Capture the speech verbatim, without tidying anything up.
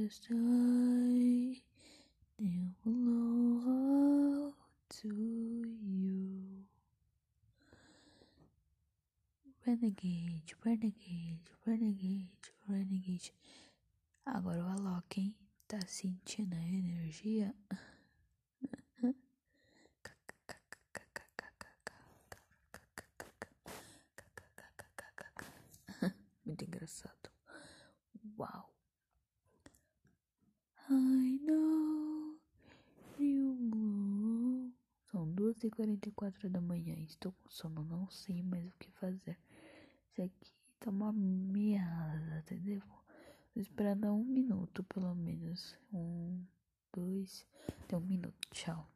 Yes, I never know how to you. Renegade, renegade, renegade, renegade. Agora o Alok, hein? Tá sentindo a energia? Muito engraçado. Uau. I know you know. São duas e quarenta e quatro da manhã. Estou com sono, não sei mais o que fazer. Isso aqui tá uma merda, entendeu? Vou esperar dar um minuto, pelo menos. Um, dois. Tem um minuto. Tchau.